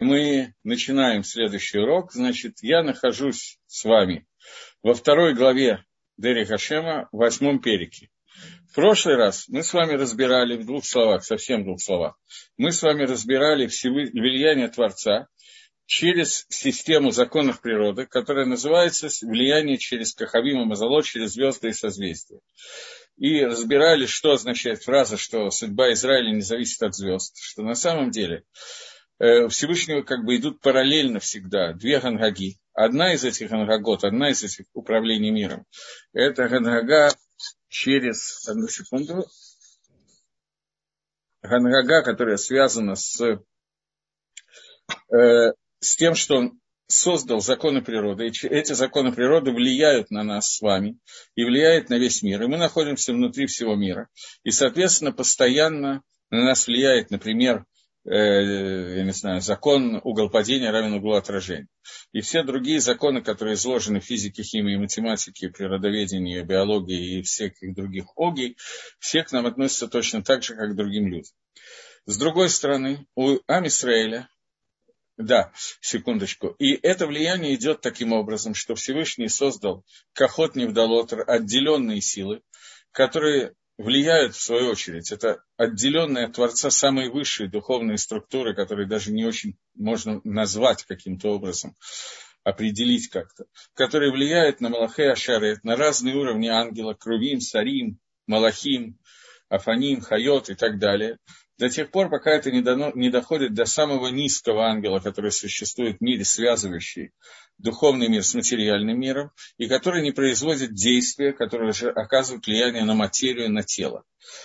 мы начинаем следующий урок. Значит, я нахожусь с вами во второй главе Дерech Хашема, в 8 перике. В прошлый раз мы с вами разбирали в двух словах, совсем в двух словах, мы с вами разбирали влияние Творца через систему законов природы, которая называется влияние через Кахавим и Мазалот, через звезды и созвездия. И разбирали, что означает фраза, что судьба Израиля не зависит от звезд, что на самом деле у Всевышнего как бы идут параллельно всегда две гангаги. Одна из этих гангагот, одна из этих управлений миром, это гангага через, одну секунду, гангага, которая связана с тем, что он создал законы природы, и эти законы природы влияют на нас с вами и влияют на весь мир, и мы находимся внутри всего мира, и, соответственно, постоянно на нас влияет, например, я не знаю, закон угол падения равен углу отражения. И все другие законы, которые изложены в физике, химии, математике, природоведении, биологии и всех других огий, все к нам относятся точно так же, как к другим людям. С другой стороны, у Ам Исраэля, да, секундочку, и это влияние идет таким образом, что Всевышний создал Кахот Невдалот, отделенные силы, которые влияют, в свою очередь, это отделенные от Творца самые высшие духовные структуры, которые даже не очень можно назвать каким-то образом, определить как-то, которые влияют на Малахей Ашарет, на разные уровни ангела, Крувим, Сарим, Малахим, Афаним, Хайот и так далее, до тех пор, пока это не доходит до самого низкого ангела, который существует в мире, связывающий духовный мир с материальным миром, и который не производит действия, которые же оказывают влияние на материю, на тело.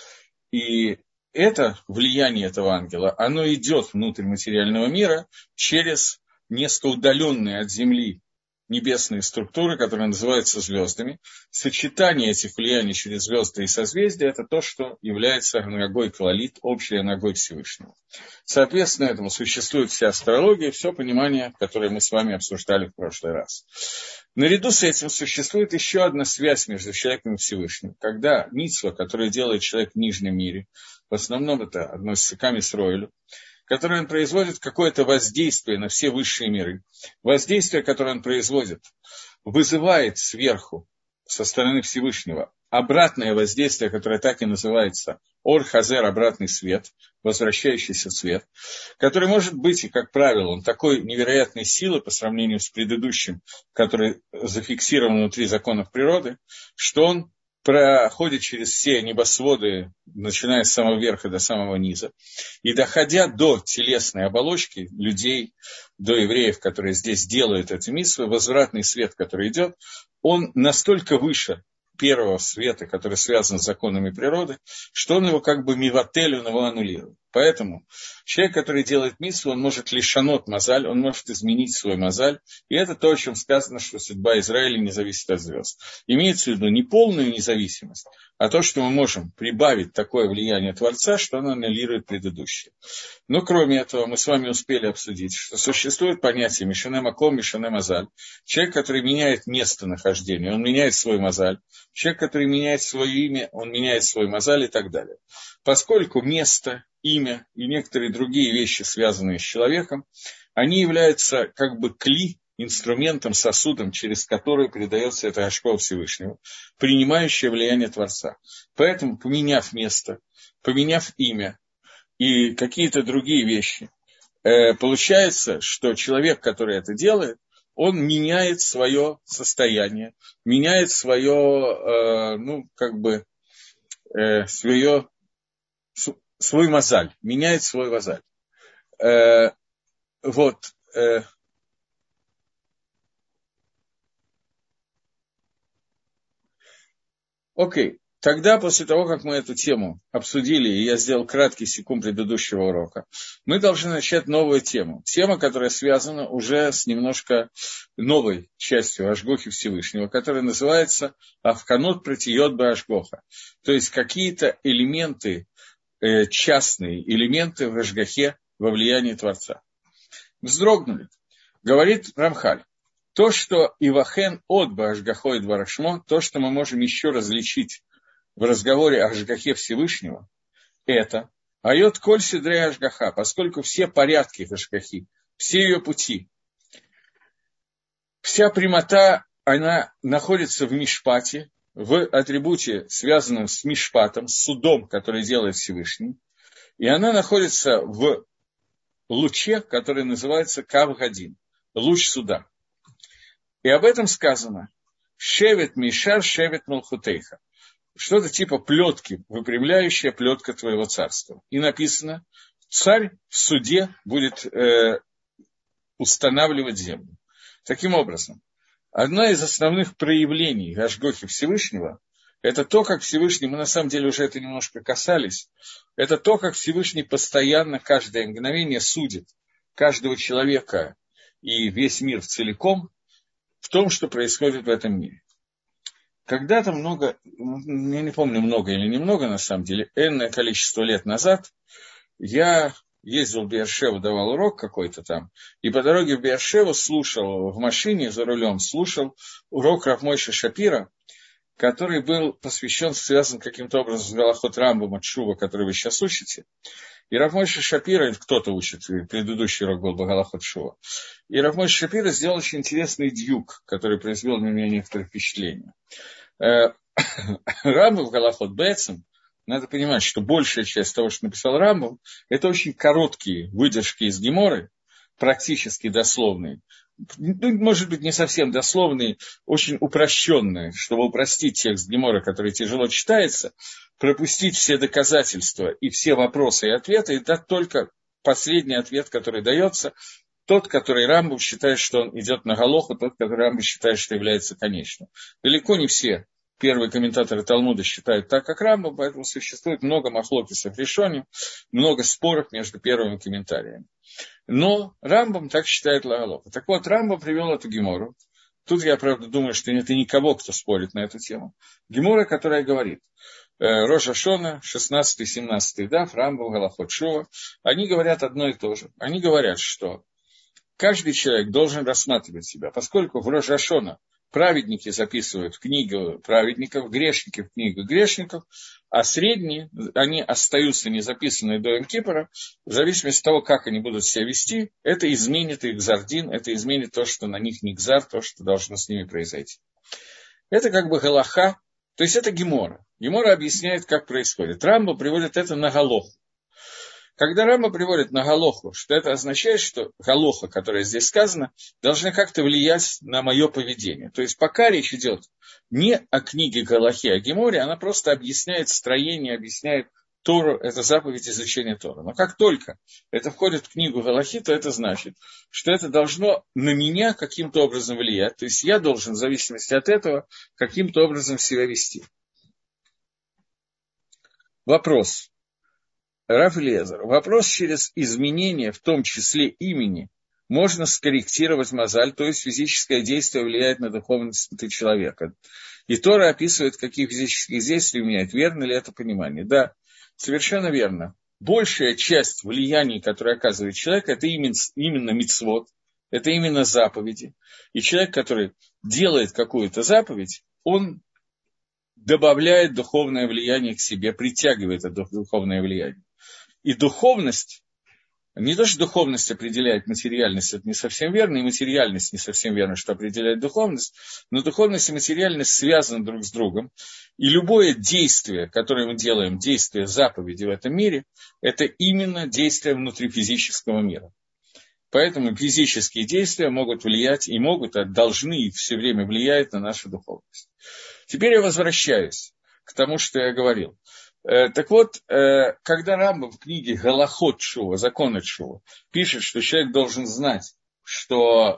И это влияние этого ангела, оно идет внутрь материального мира через несколько удаленные от Земли небесные структуры, которые называются звездами. Сочетание этих влияний через звезды и созвездия – это то, что является ногой Клалит, общей ногой Всевышнего. Соответственно, этому существует вся астрология, все понимание, которое мы с вами обсуждали в прошлый раз. Наряду с этим существует еще одна связь между человеком и Всевышним. Когда мицва, которую делает человек в нижнем мире, в основном это относится к Ам Исроэлю, которое он производит какое-то воздействие на все высшие миры. Воздействие, которое он производит, вызывает сверху, со стороны Всевышнего, обратное воздействие, которое так и называется Ор-Хазер, обратный свет, возвращающийся свет, который может быть, и как правило, он такой невероятной силы по сравнению с предыдущим, который зафиксирован внутри законов природы, что он проходит через все небосводы, начиная с самого верха до самого низа, и доходя до телесной оболочки людей, до евреев, которые здесь делают эти мицвы, возвратный свет, который идет, он настолько выше первого света, который связан с законами природы, что он его как бы миватель, он его аннулирует. Поэтому человек, который делает мицву, он может лишанот мазаль, он может изменить свой мазаль. И это то, о чем сказано, что судьба Израиля не зависит от звезд. Имеется в виду не полную независимость, а то, что мы можем прибавить такое влияние Творца, что оно аннулирует предыдущее. Но кроме этого мы с вами успели обсудить, что существует понятие Мишане Маком, Мишане Мазаль. Человек, который меняет местонахождение, он меняет свой мазаль. Человек, который меняет свое имя, он меняет свой мазаль и так далее. Поскольку место, имя и некоторые другие вещи, связанные с человеком, они являются как бы кли, инструментом, сосудом, через который передается эта ашпа Всевышнего, принимающее влияние Творца. Поэтому, поменяв место, поменяв имя и какие-то другие вещи, получается, что человек, который это делает, он меняет свое состояние, меняет свое, свой мазаль, меняет свой мазаль. Окей. Тогда, после того, как мы эту тему обсудили, и я сделал краткий секунд предыдущего урока, мы должны начать новую тему. Тема, которая связана уже с немножко новой частью Ашгохи Всевышнего, которая называется Авканот Пратиот Башгоха. То есть какие-то элементы, частные элементы в Ашгохе во влиянии Творца. Вздрогнули. Говорит Рамхаль. То, что Ивахен от Башгохой Дварашмо, то, что мы можем еще различить в разговоре о Ашгохе Всевышнего, это Айот Коль Сидрей Ашгаха, поскольку все порядки Ашгохи, все ее пути. Вся прямота, она находится в мишпате, в атрибуте, связанном с мишпатом, с судом, который делает Всевышний. И она находится в луче, который называется Кав-Гадин, луч суда. И об этом сказано «Шевет Мишар, Шевет Малхутейха». Что-то типа плетки, выпрямляющая плетка твоего царства. И написано, царь в суде будет устанавливать землю. Таким образом, одно из основных проявлений Ашгохи Всевышнего – это то, как Всевышний, мы на самом деле уже это немножко касались, это то, как Всевышний постоянно, каждое мгновение судит каждого человека и весь мир целиком в том, что происходит в этом мире. Когда-то много, я не помню, много или немного, на самом деле, энное количество лет назад, я ездил в Беэр-Шеву, давал урок какой-то там, и по дороге в Беэр-Шеву слушал, в машине за рулем слушал урок Рав Мойше Шапира, который был посвящен, связан каким-то образом с Галахот Рамбом от Шува, который вы сейчас учите. И Рав Мойше Шапира, кто-то учит, предыдущий урок был Галахот Шува, и Рав Мойше Шапира сделал очень интересный дьюк, который произвел на меня некоторые впечатления. Рамбам в Галахот Бэцем, надо понимать, что большая часть того, что написал Рамбам, это очень короткие выдержки из Геморы, практически дословные. Ну, может быть, не совсем дословные, очень упрощенные, чтобы упростить текст Геморы, который тяжело читается, пропустить все доказательства и все вопросы и ответы, и дать только последний ответ, который дается, тот, который Рамбам считает, что он идет на галоху, тот, который Рамбам считает, что является конечным. Далеко не все первые комментаторы Талмуда считают так, как Рамбам, поэтому существует много махлокисов решений, много споров между первыми комментариями. Но Рамбам так считает ла-галоха. Так вот, Рамбам привел эту гемору. Тут я, правда, думаю, что нет никого, кто спорит на эту тему. Гемора, которая говорит, Рош ха-Шана, 16-17 дав, Рамбам, Галахот Шува, они говорят одно и то же. Они говорят, что каждый человек должен рассматривать себя, поскольку в Рош ха-Шана праведники записывают в книгу праведников, грешники в книгу грешников, а средние, они остаются не записанные до Йом-Кипура, в зависимости от того, как они будут себя вести, это изменит их гзардин, это изменит то, что на них не гзар, то, что должно с ними произойти. Это как бы галаха, то есть это гемора. Гемора объясняет, как происходит. Рамба приводит это на галоху. Когда Рамба приводит на галоху, что это означает, что галоха, которая здесь сказана, должна как-то влиять на мое поведение. То есть пока речь идет не о книге Галахи, а Геморе, она просто объясняет строение, объясняет Тору, это заповедь изучения Торы. Но как только это входит в книгу Галахи, то это значит, что это должно на меня каким-то образом влиять. То есть я должен в зависимости от этого каким-то образом себя вести. Вопрос. Рав Элиэзер, вопрос через изменение, в том числе имени, можно скорректировать мазаль, то есть физическое действие влияет на духовность человека. И Тора описывает, какие физические действия меняют. Верно ли это понимание? Да, совершенно верно. Большая часть влияний, которые оказывает человек, это именно мицвот, это именно заповеди. И человек, который делает какую-то заповедь, он добавляет духовное влияние к себе, притягивает это духовное влияние. И духовность, не то, что духовность определяет материальность, это не совсем верно, и материальность не совсем верно, что определяет духовность, но духовность и материальность связаны друг с другом, и любое действие, которое мы делаем, действие заповеди в этом мире, это именно действие внутрифизического мира. Поэтому физические действия могут влиять и могут, а должны и все время влиять на нашу духовность. Теперь я возвращаюсь к тому, что я говорил. Так вот, когда Рамбам в книге Галахот Шува, Закон от Шува, пишет, что человек должен знать, что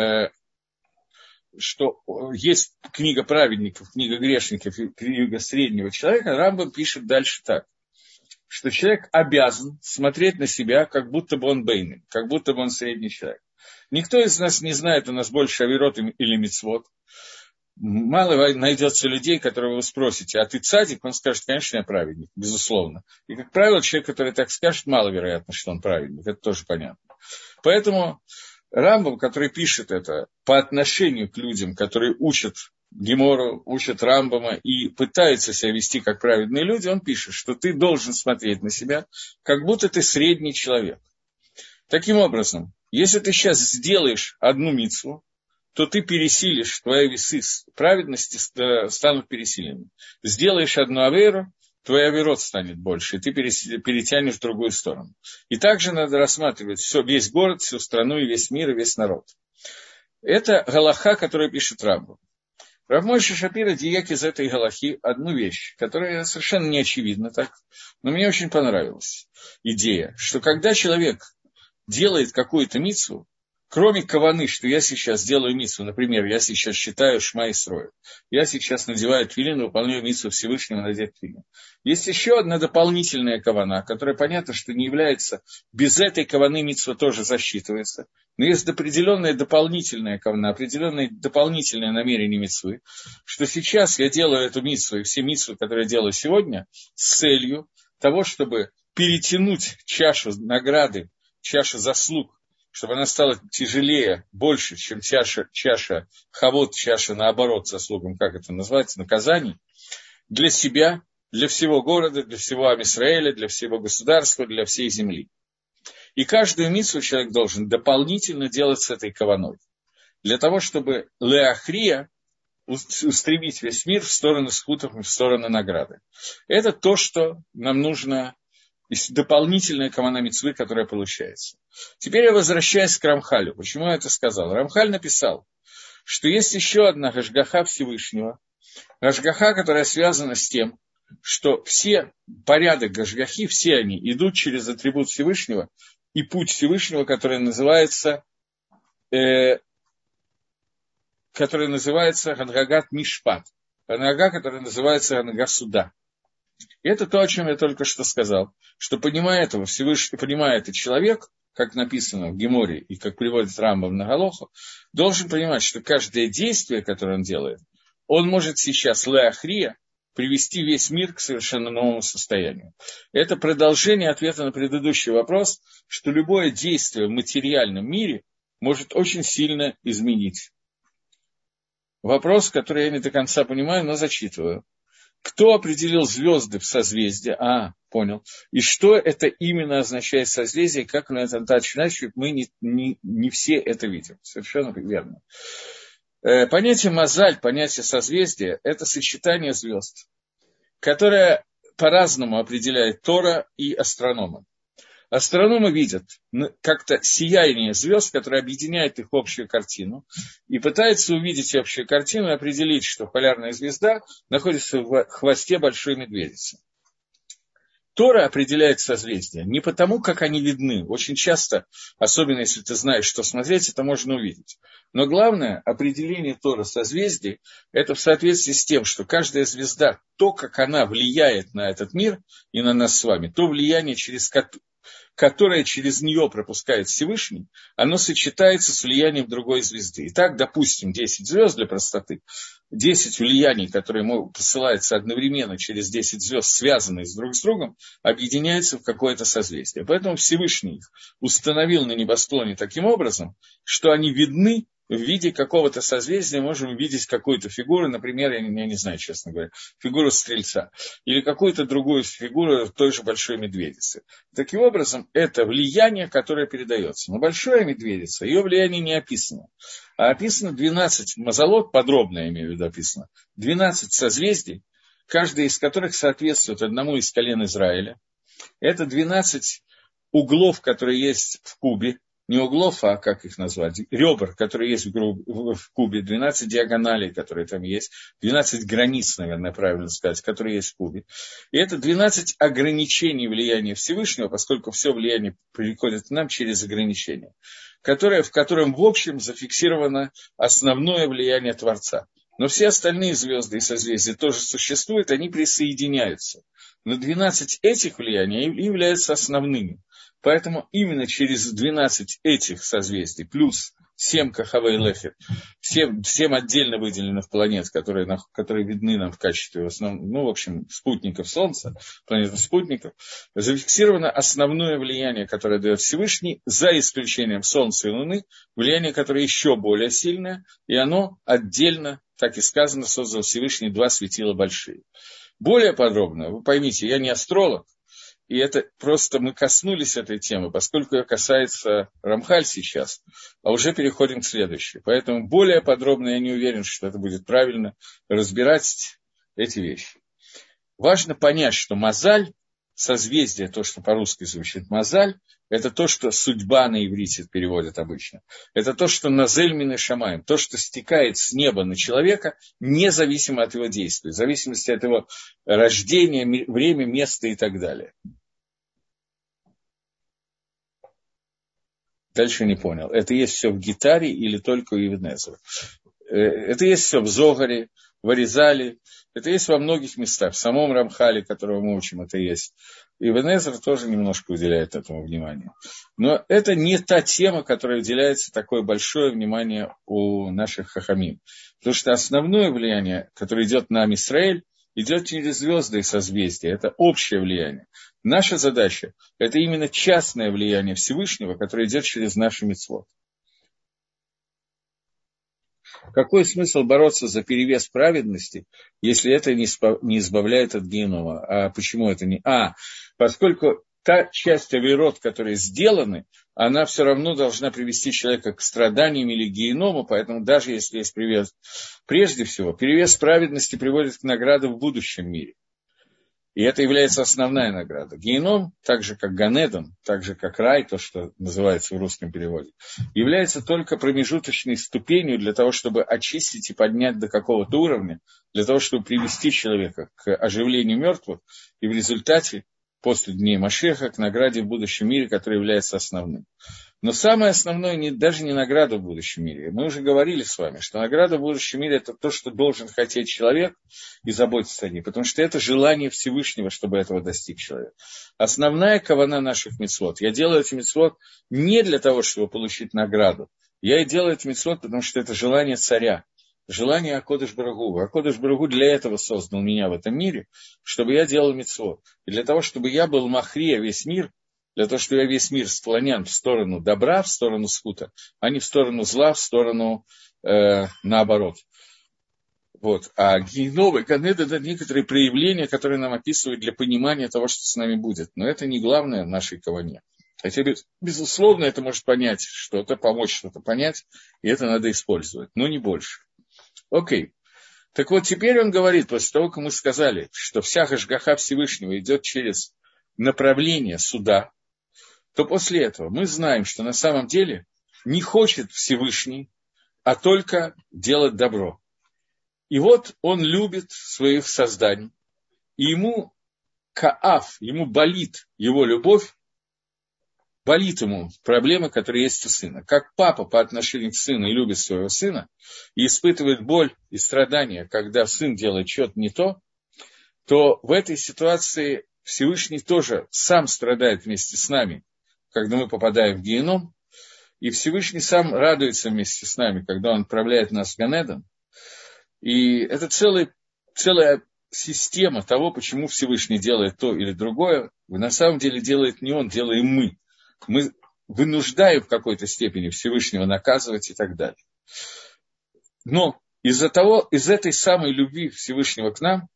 есть книга праведников, книга грешников и книга среднего человека, Рамбам пишет дальше так, что человек обязан смотреть на себя, как будто бы он бейнин, как будто бы он средний человек. Никто из нас не знает, у нас больше авирот или мицвот. Мало найдется людей, которые вы спросите, а ты цадик? Он скажет, конечно, я праведник, безусловно. И, как правило, человек, который так скажет, маловероятно, что он праведник. Это тоже понятно. Поэтому Рамбам, который пишет это по отношению к людям, которые учат Гемору, учат Рамбама и пытаются себя вести как праведные люди, он пишет, что ты должен смотреть на себя, как будто ты средний человек. Таким образом, Если ты сейчас сделаешь одну мицву, то ты пересилишь, твои весы праведности станут пересилены. Сделаешь одну аверу, твой аверот станет больше, и ты перетянешь в другую сторону. И также надо рассматривать весь город, всю страну, и весь мир, и весь народ. Это галаха, которую пишет Рамбам. Рав Мойше Шапира диак из этой галахи одну вещь, которая совершенно не очевидна так, но мне очень понравилась идея, что когда человек делает какую-то мицву, кроме каваны, что я сейчас делаю мицву, например, я сейчас считаю Шма Исроэль, я сейчас надеваю тфилин, выполняю мицву Всевышнего надеть тфилин. Есть еще одна дополнительная кавана, которая, понятно, что не является, без этой каваны мицва тоже засчитывается, но есть определенная дополнительная кавана, определенное дополнительное намерение мицвы, что сейчас я делаю эту мицву и все мицвы, которые я делаю сегодня, с целью того, чтобы перетянуть чашу награды, чаша заслуг, чтобы она стала тяжелее, больше, чем чаша хавот, чаша наоборот заслугам, как это называется, наказаний, для себя, для всего города, для всего Ам-Исраэля, для всего государства, для всей земли. И каждую мицву человек должен дополнительно делать с этой каваной, для того, чтобы леахрия устремить весь мир в сторону скутов и в сторону награды. Это то, что нам нужно, дополнительная кавана мицвы, которая получается. Теперь я возвращаюсь к Рамхалю. Почему я это сказал? Рамхаль написал, что есть еще одна гашгаха Всевышнего, гашгаха, которая связана с тем, что все порядок гашгахи, все они идут через атрибут Всевышнего и путь Всевышнего, который называется Ганагат Мишпат, Ганага, который называется Ганага Суда. И это то, о чем я только что сказал, что понимая этого, Всевышний, понимая это человек, как написано в Геморе и как приводит Рамбам на Галоху, должен понимать, что каждое действие, которое он делает, он может сейчас леахрия привести весь мир к совершенно новому состоянию. Это продолжение ответа на предыдущий вопрос, что любое действие в материальном мире может очень сильно изменить. Вопрос, который я не до конца понимаю, но зачитываю. Кто определил звезды в созвездии? Понял. И что это именно означает созвездие, как на это иначе мы не все это видим. Совершенно верно. Понятие мазаль, понятие созвездия – это сочетание звезд, которое по-разному определяет Тора и астрономы. Астрономы видят как-то сияние звезд, которое объединяет их в общую картину, и пытаются увидеть общую картину и определить, что полярная звезда находится в хвосте большой медведицы. Тора определяет созвездия не потому, как они видны. Очень часто, особенно если ты знаешь, что смотреть, это можно увидеть. Но главное, определение Тора созвездий, это в соответствии с тем, что каждая звезда, то, как она влияет на этот мир и на нас с вами, то влияние, которое через нее пропускает Всевышний, оно сочетается с влиянием другой звезды. Итак, допустим, 10 звезд для простоты, 10 влияний, которые посылаются одновременно через 10 звезд, связанные друг с другом, объединяются в какое-то созвездие. Поэтому Всевышний их установил на небосклоне таким образом, что они видны в виде какого-то созвездия, можем увидеть какую-то фигуру, например, я не знаю, честно говоря, фигуру стрельца, или какую-то другую фигуру той же большой медведицы. Таким образом, это влияние, которое передается. Но большая медведица, ее влияние не описано. А описано 12 мазалот, подробно я имею в виду описано, 12 созвездий, каждая из которых соответствует одному из колен Израиля. Это 12 углов, которые есть в кубе, не углов, а как их назвать, ребер, которые есть в кубе, 12 диагоналей, которые там есть, 12 границ, наверное, правильно сказать, которые есть в кубе. И это 12 ограничений влияния Всевышнего, поскольку все влияние приходит к нам через ограничения, в котором в общем зафиксировано основное влияние Творца. Но все остальные звезды и созвездия тоже существуют, они присоединяются. Но 12 этих влияний являются основными. Поэтому именно через 12 этих созвездий, плюс 7 Кахавей Лефер, 7 отдельно выделенных планет, которые видны нам в качестве спутников Солнца, планет-спутников, зафиксировано основное влияние, которое дает Всевышний, за исключением Солнца и Луны, влияние, которое еще более сильное, и оно отдельно, так и сказано, создал Всевышний 2 светила большие. Более подробно, вы поймите, я не астролог, и это просто мы коснулись этой темы, поскольку ее касается Рамхаль сейчас, а уже переходим к следующей. Поэтому более подробно я не уверен, что это будет правильно разбирать эти вещи. Важно понять, что мазаль, созвездие, то, что по-русски звучит мазаль, это то, что судьба на иврите переводят обычно. Это то, что назель мин шамаим, то, что стекает с неба на человека, независимо от его действий, в зависимости от его рождения, время, места и так далее. Дальше не понял. Это есть все в Гитаре или только у Ибн Эзры? Это есть все в Зогаре, в Аризале. Это есть во многих местах. В самом Рамхале, которого мы учим, это есть. Ибн Эзра тоже немножко уделяет этому внимание. Но это не та тема, которой уделяется такое большое внимание у наших хахамим. Потому что основное влияние, которое идет на Ам-Исраэль, идет через звезды и созвездия. Это общее влияние. Наша задача – это именно частное влияние Всевышнего, которое идет через наши мицвот. Какой смысл бороться за перевес праведности, если это не избавляет от генома? А почему это не... поскольку та часть авейрот, которые сделаны, она все равно должна привести человека к страданиям или геному, поэтому даже если есть перевес, прежде всего, перевес праведности приводит к награде в будущем мире. И это является основная награда. Геном, так же как Ганедон, так же как рай, то, что называется в русском переводе, является только промежуточной ступенью для того, чтобы очистить и поднять до какого-то уровня, для того, чтобы привести человека к оживлению мертвых, и в результате, после дней Машеха, к награде в будущем мире, который является основным. Но самое основное даже не награда в будущем мире. Мы уже говорили с вами, что награда в будущем мире – это то, что должен хотеть человек и заботиться о ней, потому что это желание Всевышнего, чтобы этого достиг человек. Основная кавана наших мицвот. Я делаю эти мицвот не для того, чтобы получить награду. Я и делаю эти мицвот, потому что это желание царя, желание Акодыш Баругу. Акодыш Баругу для этого создал меня в этом мире, чтобы я делал мицвот. И для того, чтобы я был махрия весь мир, для того, чтобы я весь мир склонян в сторону добра, в сторону скута, а не в сторону зла, в сторону наоборот. Вот. А геном и ганед – это некоторые проявления, которые нам описывают для понимания того, что с нами будет. Но это не главное в нашей каване. Хотя, безусловно, это может понять что-то, помочь что-то понять, и это надо использовать, но не больше. Окей. Так вот, теперь он говорит, после того, как мы сказали, что вся гашгаха Всевышнего идет через направление суда, то после этого мы знаем, что на самом деле не хочет Всевышний, а только делать добро. И вот он любит своих созданий, и ему кааф, ему болит его любовь, болит ему проблемы, которые есть у сына. Как папа по отношению к сыну и любит своего сына, и испытывает боль и страдания, когда сын делает что-то не то в этой ситуации Всевышний тоже сам страдает вместе с нами, когда мы попадаем в геном, и Всевышний сам радуется вместе с нами, когда он отправляет нас в Ганедон. И это целая система того, почему Всевышний делает то или другое, на самом деле делает не он, делаем мы. Мы вынуждаем в какой-то степени Всевышнего наказывать и так далее. Но из этой самой любви Всевышнего к нам,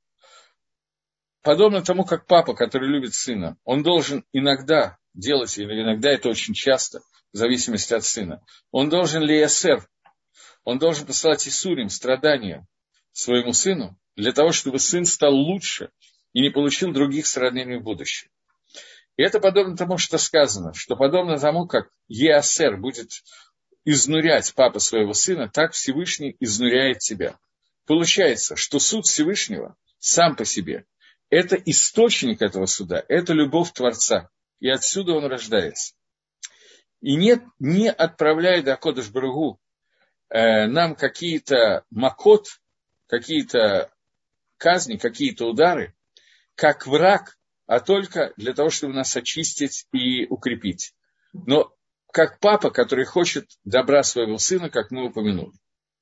подобно тому, как папа, который любит сына, он должен иногда делать, или иногда это очень часто, в зависимости от сына, он должен леясер, он должен посылать исурим, страдания своему сыну, для того, чтобы сын стал лучше и не получил других страданий в будущем. И это подобно тому, что сказано, что подобно тому, как Еасер будет изнурять папа своего сына, так Всевышний изнуряет тебя. Получается, что суд Всевышнего сам по себе – это источник этого суда, это любовь Творца, и отсюда он рождается. И не отправляя до Акодыш Баругу нам какие-то макот, какие-то казни, какие-то удары, как враг, а только для того, чтобы нас очистить и укрепить. Но как папа, который хочет добра своего сына, как мы упомянули.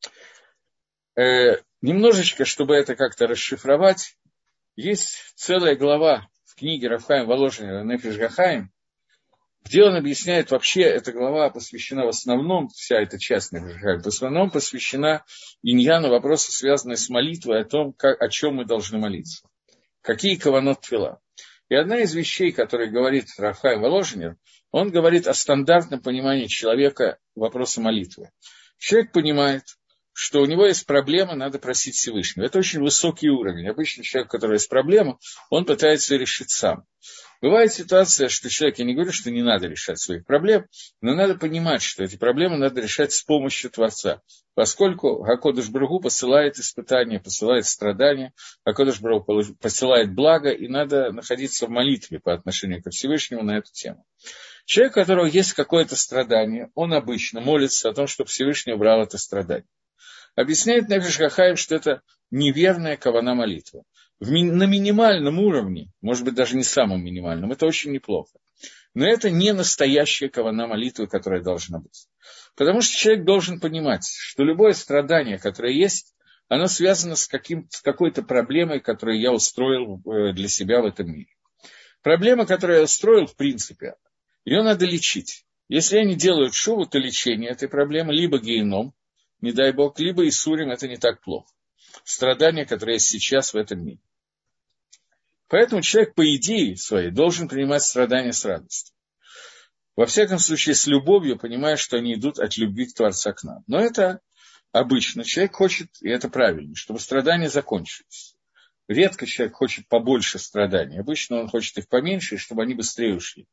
Немножечко, чтобы это как-то расшифровать, есть целая глава в книге Рав Хаим Воложина «Нефеш га-Хаим», где он объясняет, вообще эта глава посвящена в основном, вся эта часть Нефеш га-Хаим, в основном посвящена иньяну, вопросу, связанные с молитвой, о том, о чем мы должны молиться. Какие каванот твила. И одна из вещей, которые говорит Рав Хаим Воложенер, он говорит о стандартном понимании человека вопроса молитвы. Человек понимает, что у него есть проблема, надо просить Всевышнего. Это очень высокий уровень. Обычно человек, у которого есть проблема, он пытается ее решить сам. Бывает ситуация, что человек, я не говорю, что не надо решать своих проблем, но надо понимать, что эти проблемы надо решать с помощью Творца. Поскольку Акодыш Барух Ху посылает испытания, посылает страдания, Акодыш Барух Ху посылает благо, и надо находиться в молитве по отношению ко Всевышнему на эту тему. Человек, у которого есть какое-то страдание, он обычно молится о том, чтобы Всевышний убрал это страдание. Объясняет Нефеш ха-Хаим, что это неверная кавана молитва. На минимальном уровне, может быть, даже не самом минимальном, это очень неплохо. Но это не настоящая кавана молитвы, которая должна быть. Потому что человек должен понимать, что любое страдание, которое есть, оно связано с какой-то проблемой, которую я устроил для себя в этом мире. Проблема, которую я устроил, в принципе, ее надо лечить. Если я не делаю шуву, то лечение этой проблемы либо геном, не дай бог, либо Исурим, это не так плохо. Страдания, которые есть сейчас в этом мире. Поэтому человек, по идее своей, должен принимать страдания с радостью. Во всяком случае, с любовью, понимая, что они идут от любви к Творца к нам. Но это обычно. Человек хочет, и это правильно, чтобы страдания закончились. Редко человек хочет побольше страданий. Обычно он хочет их поменьше, чтобы они быстрее ушли.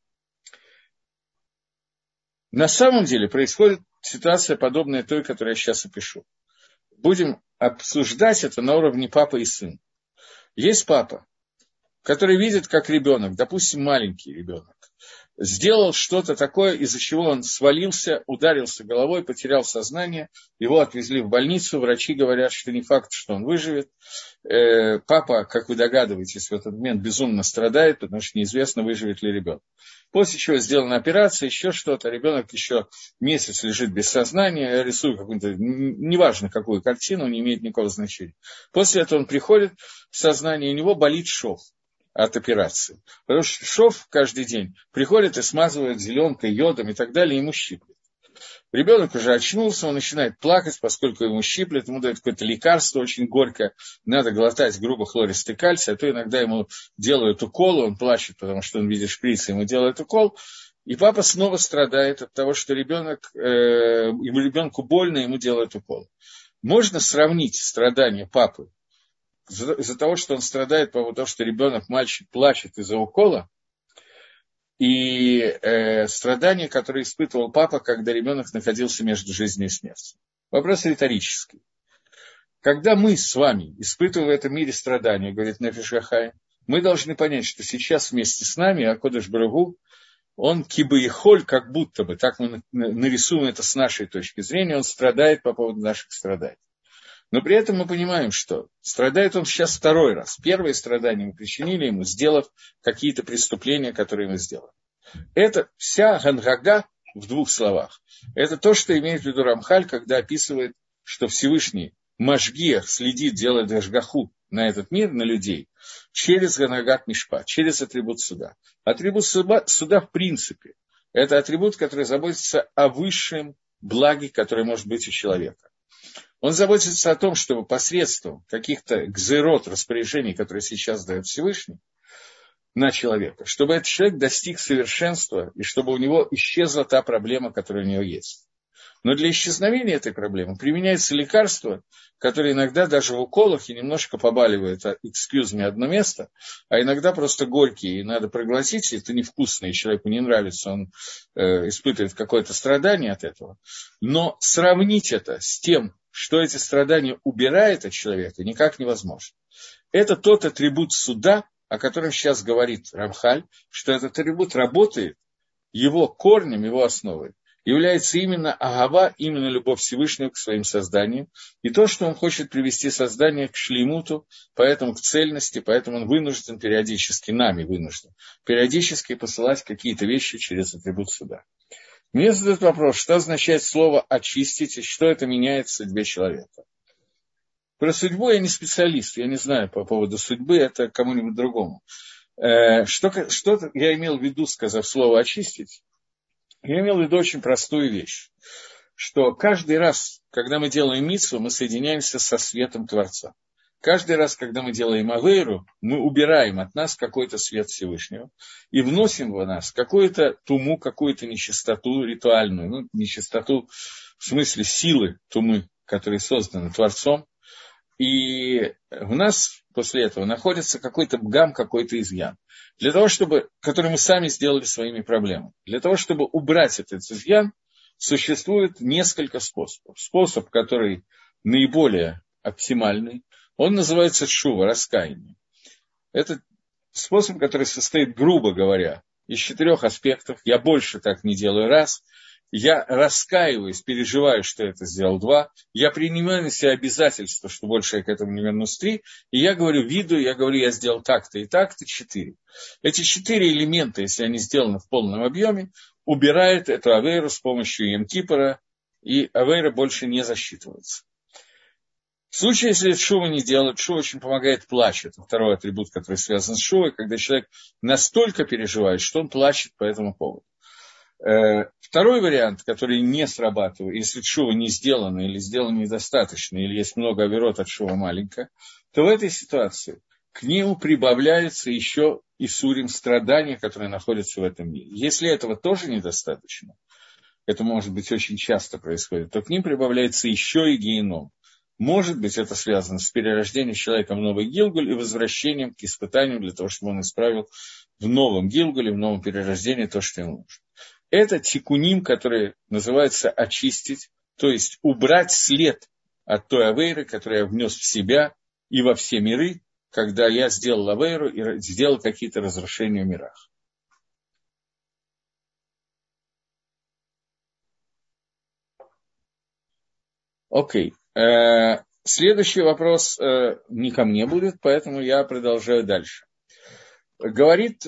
На самом деле происходит ситуация, подобная той, которую я сейчас опишу. Будем обсуждать это на уровне папы и сына. Есть папа, который видит, как ребенок, допустим, маленький ребенок, сделал что-то такое, из-за чего он свалился, ударился головой, потерял сознание, его отвезли в больницу, врачи говорят, что не факт, что он выживет. Папа, как вы догадываетесь, в этот момент безумно страдает, потому что неизвестно, выживет ли ребенок. После чего сделана операция, еще что-то, ребенок еще месяц лежит без сознания, я рисую какую-то, неважно какую картину, не имеет никакого значения. После этого он приходит в сознание, и у него болит шов от операции. Потому что шов каждый день приходит и смазывает зеленкой, йодом и так далее, и ему щиплет. Ребенок уже очнулся, он начинает плакать, поскольку ему щиплет, ему дают какое-то лекарство очень горькое, надо глотать грубо хлористый кальций, а то иногда ему делают укол, он плачет, потому что он видит шприц, ему делают укол, и папа снова страдает от того, что ребенку больно, ему делают укол. Можно сравнить страдания папы из-за того, что он страдает по поводу того, что ребенок, мальчик, плачет из-за укола, и страдания, которые испытывал папа, когда ребенок находился между жизнью и смертью. Вопрос риторический. Когда мы с вами испытываем в этом мире страдания, говорит Нефеш ха-Хаим, мы должны понять, что сейчас вместе с нами Акодыш Барух Ху, он кибо-ихоль, как будто бы, так мы нарисуем это с нашей точки зрения, он страдает по поводу наших страданий. Но при этом мы понимаем, что страдает он сейчас второй раз. Первое страдание мы причинили ему, сделав какие-то преступления, которые мы сделали. Это вся ганрага в двух словах. Это то, что имеет в виду Рамхаль, когда описывает, что Всевышний Машгиах следит, делает ашгаху на этот мир, на людей, через ганрагат мишпа, через атрибут суда. Атрибут суда в принципе – это атрибут, который заботится о высшем благе, которое может быть у человека. Он заботится о том, чтобы посредством каких-то гзерот, распоряжений, которые сейчас дает Всевышний на человека, чтобы этот человек достиг совершенства и чтобы у него исчезла та проблема, которая у него есть. Но для исчезновения этой проблемы применяется лекарство, которое иногда даже в уколах и немножко побаливает, одно место, а иногда просто горькие, и надо проглотить, и это невкусно, и человеку не нравится, он испытывает какое-то страдание от этого. Но сравнить это с тем, что эти страдания убирает от человека, никак невозможно. Это тот атрибут суда, о котором сейчас говорит Рамхаль, что этот атрибут работает, его корнем, его основой является именно агава, именно любовь Всевышнего к своим созданиям, и то, что он хочет привести создание к шлеймуту, поэтому к цельности, поэтому он вынужден периодически, нами вынужден, периодически посылать какие-то вещи через атрибут суда. Мне задают вопрос, что означает слово «очистить» и что это меняет в судьбе человека. Про судьбу я не специалист, я не знаю по поводу судьбы, это кому-нибудь другому. Что я имел в виду, сказав слово «очистить»? Я имел в виду очень простую вещь, что каждый раз, когда мы делаем мицву, мы соединяемся со светом Творца. Каждый раз, когда мы делаем авейру, мы убираем от нас какой-то свет Всевышнего и вносим в нас какую-то туму, какую-то нечистоту ритуальную, ну, нечистоту в смысле силы тумы, которые созданы Творцом. И в нас после этого находится какой-то бгам, какой-то изъян, для того, чтобы, который мы сами сделали своими проблемами. Для того, чтобы убрать этот изъян, существует несколько способов. Способ, который наиболее оптимальный, он называется тшува, раскаяние. Это способ, который состоит, грубо говоря, из 4 аспектов. Я больше так не делаю раз. Я раскаиваюсь, переживаю, что это сделал 2. Я принимаю на себя обязательство, что больше я к этому не вернусь 3. И я говорю виду, я сделал так-то и так-то 4. Эти 4 элемента, если они сделаны в полном объеме, убирают эту авейру с помощью Йом-Кипура, и авейра больше не засчитывается. В случае, если тшува не делают, тшува очень помогает плач. Это второй атрибут, который связан с тшувой, когда человек настолько переживает, что он плачет по этому поводу. Второй вариант, который не срабатывает, если тшува не сделана или сделана недостаточно, или есть много авирот, а тшува маленькая, то в этой ситуации к нему прибавляется еще исурим, страдания, которые находятся в этом мире. Если этого тоже недостаточно, это может быть очень часто происходит, то к ним прибавляется еще и геном. Может быть, это связано с перерождением человека в новый Гилгуль и возвращением к испытанию для того, чтобы он исправил в новом Гилгуле, в новом перерождении то, что ему нужно. Это тикуним, который называется очистить, то есть убрать след от той авейры, которую я внес в себя и во все миры, когда я сделал авейру и сделал какие-то разрушения в мирах. Окей. Следующий вопрос не ко мне будет, поэтому я продолжаю дальше. Говорит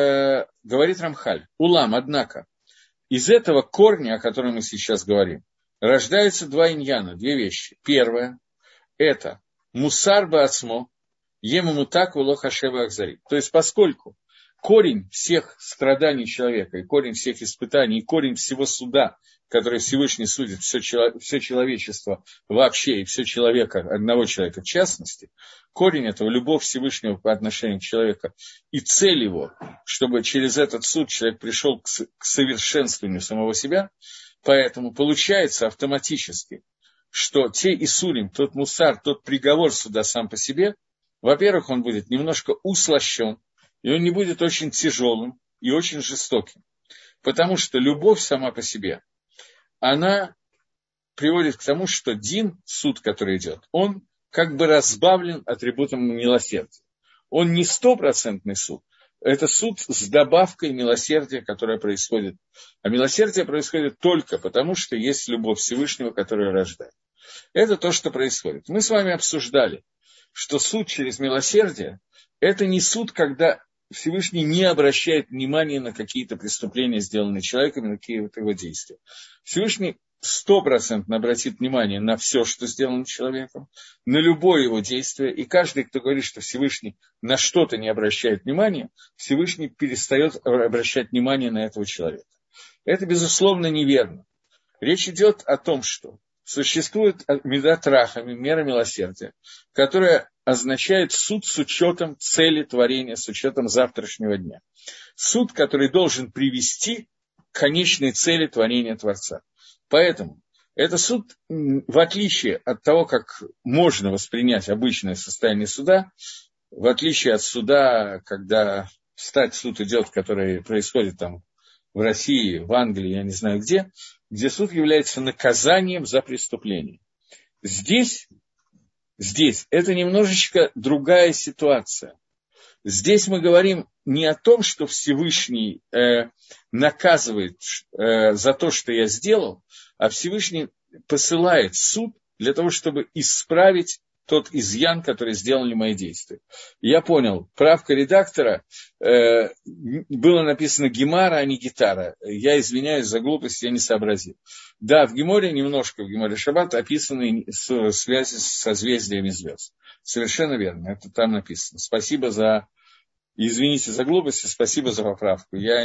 Рамхаль, улам, однако, из этого корня, о котором мы сейчас говорим, рождаются 2 иньяна, 2 вещи. Первое – это мусар баацмо, ему так улох ашева ахзари. То есть, поскольку корень всех страданий человека, и корень всех испытаний, и корень всего суда, который Всевышний судит все человечество вообще, и все человека, одного человека в частности, корень этого – любовь Всевышнего по отношению к человеку, и цель его, чтобы через этот суд человек пришел к совершенствованию самого себя, поэтому получается автоматически, что те исурим, тот мусар, тот приговор суда сам по себе, во-первых, он будет немножко услощен, и он не будет очень тяжелым и очень жестоким, потому что любовь сама по себе, она приводит к тому, что дин, суд, который идет, он как бы разбавлен атрибутом милосердия. Он не 100% суд, это суд с добавкой милосердия, которое происходит. А милосердие происходит только потому, что есть любовь Всевышнего, которая рождает. Это то, что происходит. Мы с вами обсуждали, что суд через милосердие – это не суд, когда Всевышний не обращает внимания на какие-то преступления, сделанные человеком, на какие-то его действия. Всевышний 100% обратит внимание на все, что сделано человеком, на любое его действие, и каждый, кто говорит, что Всевышний на что-то не обращает внимания, Всевышний перестает обращать внимание на этого человека. Это, безусловно, неверно. Речь идет о том, что существует мидат рахами, мера милосердия, которая означает суд с учетом цели творения, с учетом завтрашнего дня. Суд, который должен привести к конечной цели творения Творца. Поэтому это суд, в отличие от того, как можно воспринять обычное состояние суда, в отличие от суда, когда стать суд идет, который происходит там в России, в Англии, я не знаю где суд является наказанием за преступление. Здесь это немножечко другая ситуация. Здесь мы говорим не о том, что Всевышний наказывает за то, что я сделал, а Всевышний посылает суд для того, чтобы исправить тот изъян, который сделали мои действия. Я понял, правка редактора, было написано Гемара, а не гитара. Я извиняюсь за глупость, я не сообразил. Да, в Геморе немножко, в Геморе Шаббат описаны связи с созвездиями звезд. Совершенно верно, это там написано. Спасибо за, извините за глупость, спасибо за поправку. Я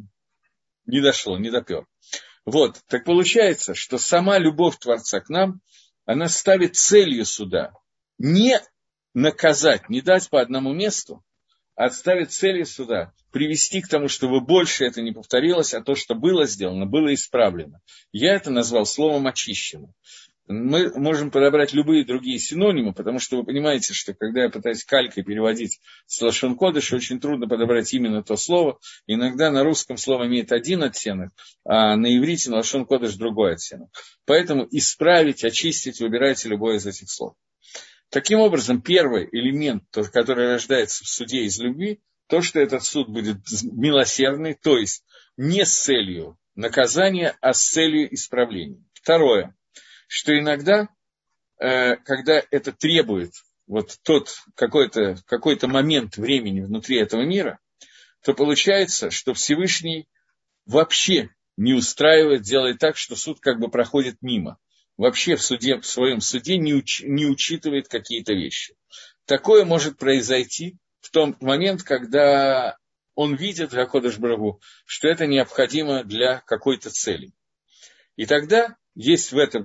не дошел, не допер. Вот, так получается, что сама любовь Творца к нам, она ставит целью суда не наказать, не дать по одному месту, а ставить целью суда, привести к тому, чтобы больше это не повторилось, а то, что было сделано, было исправлено. Я это назвал словом «очищено». Мы можем подобрать любые другие синонимы, потому что вы понимаете, что когда я пытаюсь калькой переводить с лашон кодеш, очень трудно подобрать именно то слово. Иногда на русском слово имеет один оттенок, а на иврите на лашон кодеш другой оттенок. Поэтому исправить, очистить, выбирайте любое из этих слов. Таким образом, первый элемент, который рождается в суде из любви, то, что этот суд будет милосердный, то есть не с целью наказания, а с целью исправления. Второе, что иногда, когда это требует вот тот какой-то момент времени внутри этого мира, то получается, что Всевышний вообще не устраивает, делает так, что суд как бы проходит мимо. Вообще в своем суде не учитывает какие-то вещи. Такое может произойти в тот момент, когда он видит, Акодеш Барух Ху, что это необходимо для какой-то цели. И тогда есть в этот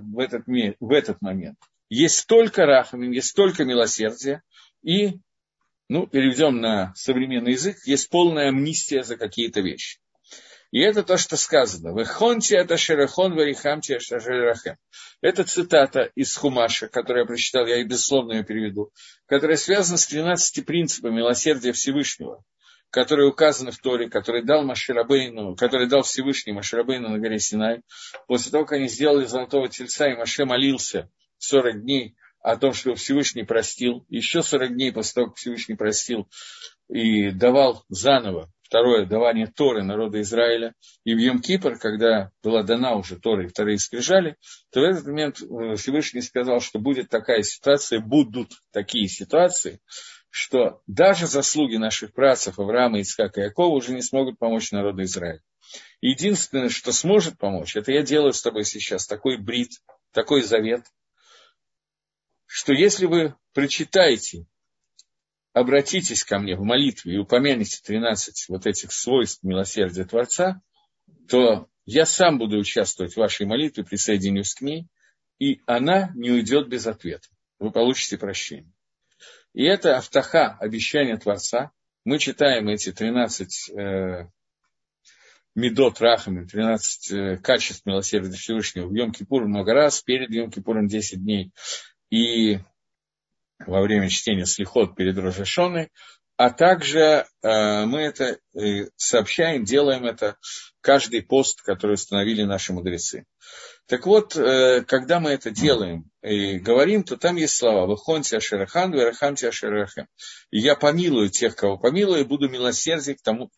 момент есть столько рахамим, есть столько милосердия, и, переведем на современный язык, есть полная амнистия за какие-то вещи. И это то, что сказано. «Вэхонти ата шерахон варихамти ашажерахем». Это цитата из Хумаша, которую я прочитал, я и безусловно ее переведу, которая связана с 13 принципами милосердия Всевышнего, которые указаны в Торе, который дал Всевышний Моше Рабейну на горе Синай. После того, как они сделали золотого тельца, и Моше молился 40 дней о том, что Всевышний простил, еще 40 дней после того, как Всевышний простил, и давал заново второе давание Торы народа Израиля, и в Йом-Кипр, когда была дана уже Тора и вторые скрижали, то в этот момент Всевышний сказал, что будет такая ситуация, будут такие ситуации, что даже заслуги наших працев Авраама, Ицхака и Якова уже не смогут помочь народу Израиля. Единственное, что сможет помочь, это я делаю с тобой сейчас такой брит, такой завет, что если вы прочитаете, обратитесь ко мне в молитве и упомянете 13 вот этих свойств милосердия Творца, то я сам буду участвовать в вашей молитве, присоединюсь к ней, и она не уйдет без ответа. Вы получите прощение. И это автаха, обещание Творца. Мы читаем эти 13 медот рахами, 13 качеств милосердия Всевышнего в Йом-Кипур много раз, перед Йом-Кипуром 10 дней, и во время чтения слихот перед Рош ха-Шоной, а также мы это сообщаем, делаем это каждый пост, который установили наши мудрецы. Так вот, когда мы это делаем и говорим, то там есть слова «Вэхонти ашерахан, вэрахамти ашерахем». И я помилую тех, кого помилую, и буду милосерден к тому,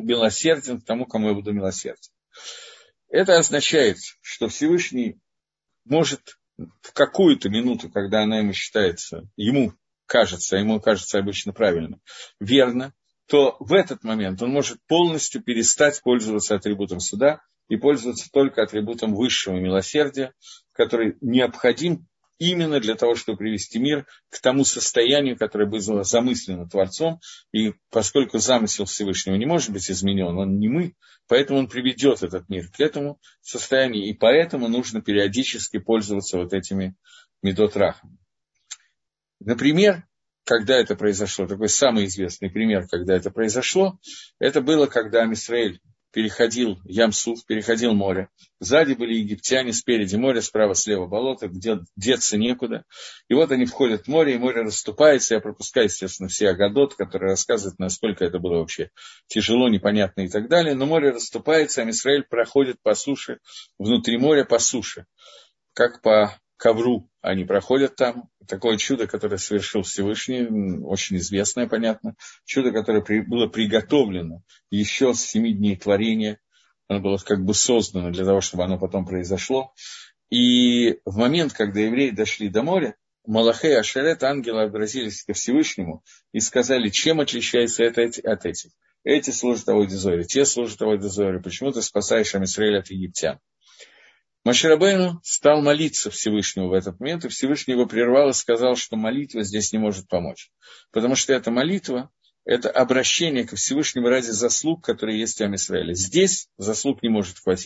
кому я буду милосерден. Это означает, что Всевышний может в какую-то минуту, когда она ему кажется обычно правильно, верно, то в этот момент он может полностью перестать пользоваться атрибутом суда и пользоваться только атрибутом высшего милосердия, который необходим именно для того, чтобы привести мир к тому состоянию, которое было замыслено Творцом, и поскольку замысел Всевышнего не может быть изменен, он не мы, поэтому он приведет этот мир к этому состоянию, и поэтому нужно периодически пользоваться вот этими медот рахами. Например, когда это произошло, такой самый известный пример, когда это произошло, это было, когда Ам Исраэль переходил Ям-Суф, переходил море. Сзади были египтяне, спереди море, справа, слева болото, где деться некуда. И вот они входят в море, и море расступается. Я пропускаю, естественно, все Агадот, которые рассказывают, насколько это было вообще тяжело, непонятно и так далее. Но море расступается, а Ам-Исраэль проходит по суше, внутри моря по суше, как по ковру они проходят там. Такое чудо, которое совершил Всевышний, очень известное, понятно. Чудо, которое было приготовлено еще с 7 дней творения. Оно было как бы создано для того, чтобы оно потом произошло. И в момент, когда евреи дошли до моря, Малахей и Ашерет, ангелы, обратились ко Всевышнему и сказали, чем отличается это от этих. Эти служат Авойдо Зоре, те служат Авойдо Зоре. Почему ты спасаешь Ам Исраэль от египтян? Моше Рабейну стал молиться Всевышнему в этот момент, и Всевышний его прервал и сказал, что молитва здесь не может помочь. Потому что эта молитва, это обращение ко Всевышнему ради заслуг, которые есть у Ам Исраэля. Здесь заслуг не может хватить.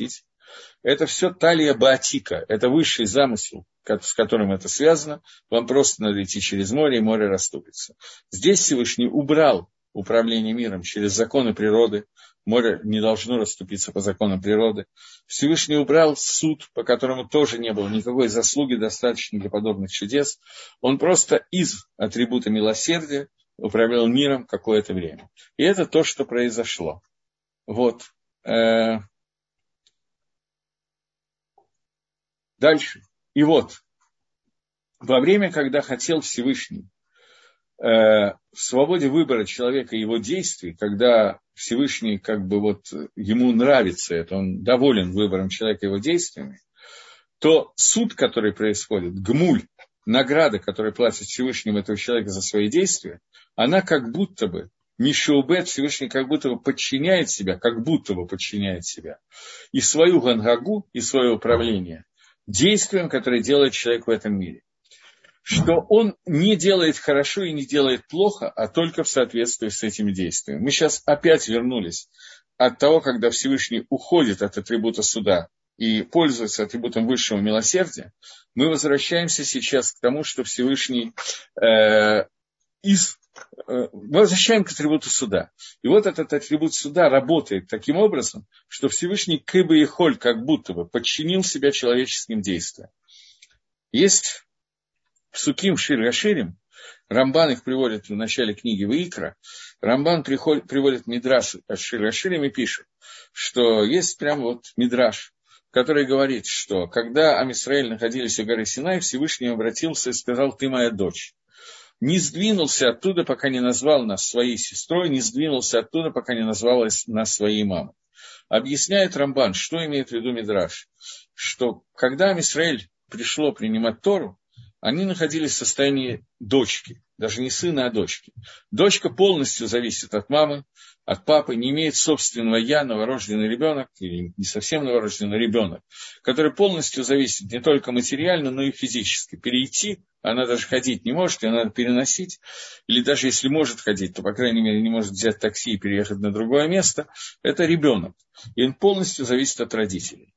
Это все талия баатика, это высший замысел, с которым это связано. Вам просто надо идти через море, и море расступится. Здесь Всевышний убрал управление миром через законы природы. Море не должно расступиться по законам природы. Всевышний убрал суд, по которому тоже не было никакой заслуги достаточно для подобных чудес. Он просто из атрибута милосердия управлял миром какое-то время. И это то, что произошло. Вот. Дальше. И вот, во время, когда хотел Всевышний в свободе выбора человека и его действий, когда Всевышний ему нравится это, он доволен выбором человека и его действиями, то суд, который происходит, гмуль, награда, которую платит Всевышнему этого человека за свои действия, она как будто бы, Мишеубет, Всевышний как будто бы подчиняет себя, и свою гангагу, и свое управление действием, которое делает человек в этом мире. Что он не делает хорошо и не делает плохо, а только в соответствии с этими действиями. Мы сейчас опять вернулись от того, когда Всевышний уходит от атрибута суда и пользуется атрибутом высшего милосердия. Мы возвращаемся сейчас к тому, что Всевышний мы возвращаем к атрибуту суда. И вот этот атрибут суда работает таким образом, что Всевышний кыбы и холь как будто бы подчинил себя человеческим действиям. Есть псуким Шир Гаширим, Рамбан их приводит в начале книги Ваикра, Рамбан приводит мидраш от Шир Гаширим и пишет, что есть прям мидраш, который говорит, что когда Ам Исраэль находились у горы Синай, Всевышний обратился и сказал: «Ты моя дочь». Не сдвинулся оттуда, пока не назвал нас своей сестрой, не сдвинулся оттуда, пока не назвал нас своей мамой. Объясняет Рамбан, что имеет в виду мидраш, что когда Ам Исраэль пришло принимать Тору, они находились в состоянии дочки, даже не сына, а дочки. Дочка полностью зависит от мамы, от папы, не имеет собственного «я», новорожденный ребенок, или не совсем новорожденный ребенок, который полностью зависит не только материально, но и физически. Перейти, она даже ходить не может, ее надо переносить, или даже если может ходить, то, по крайней мере, не может взять такси и переехать на другое место. Это ребенок, и он полностью зависит от родителей.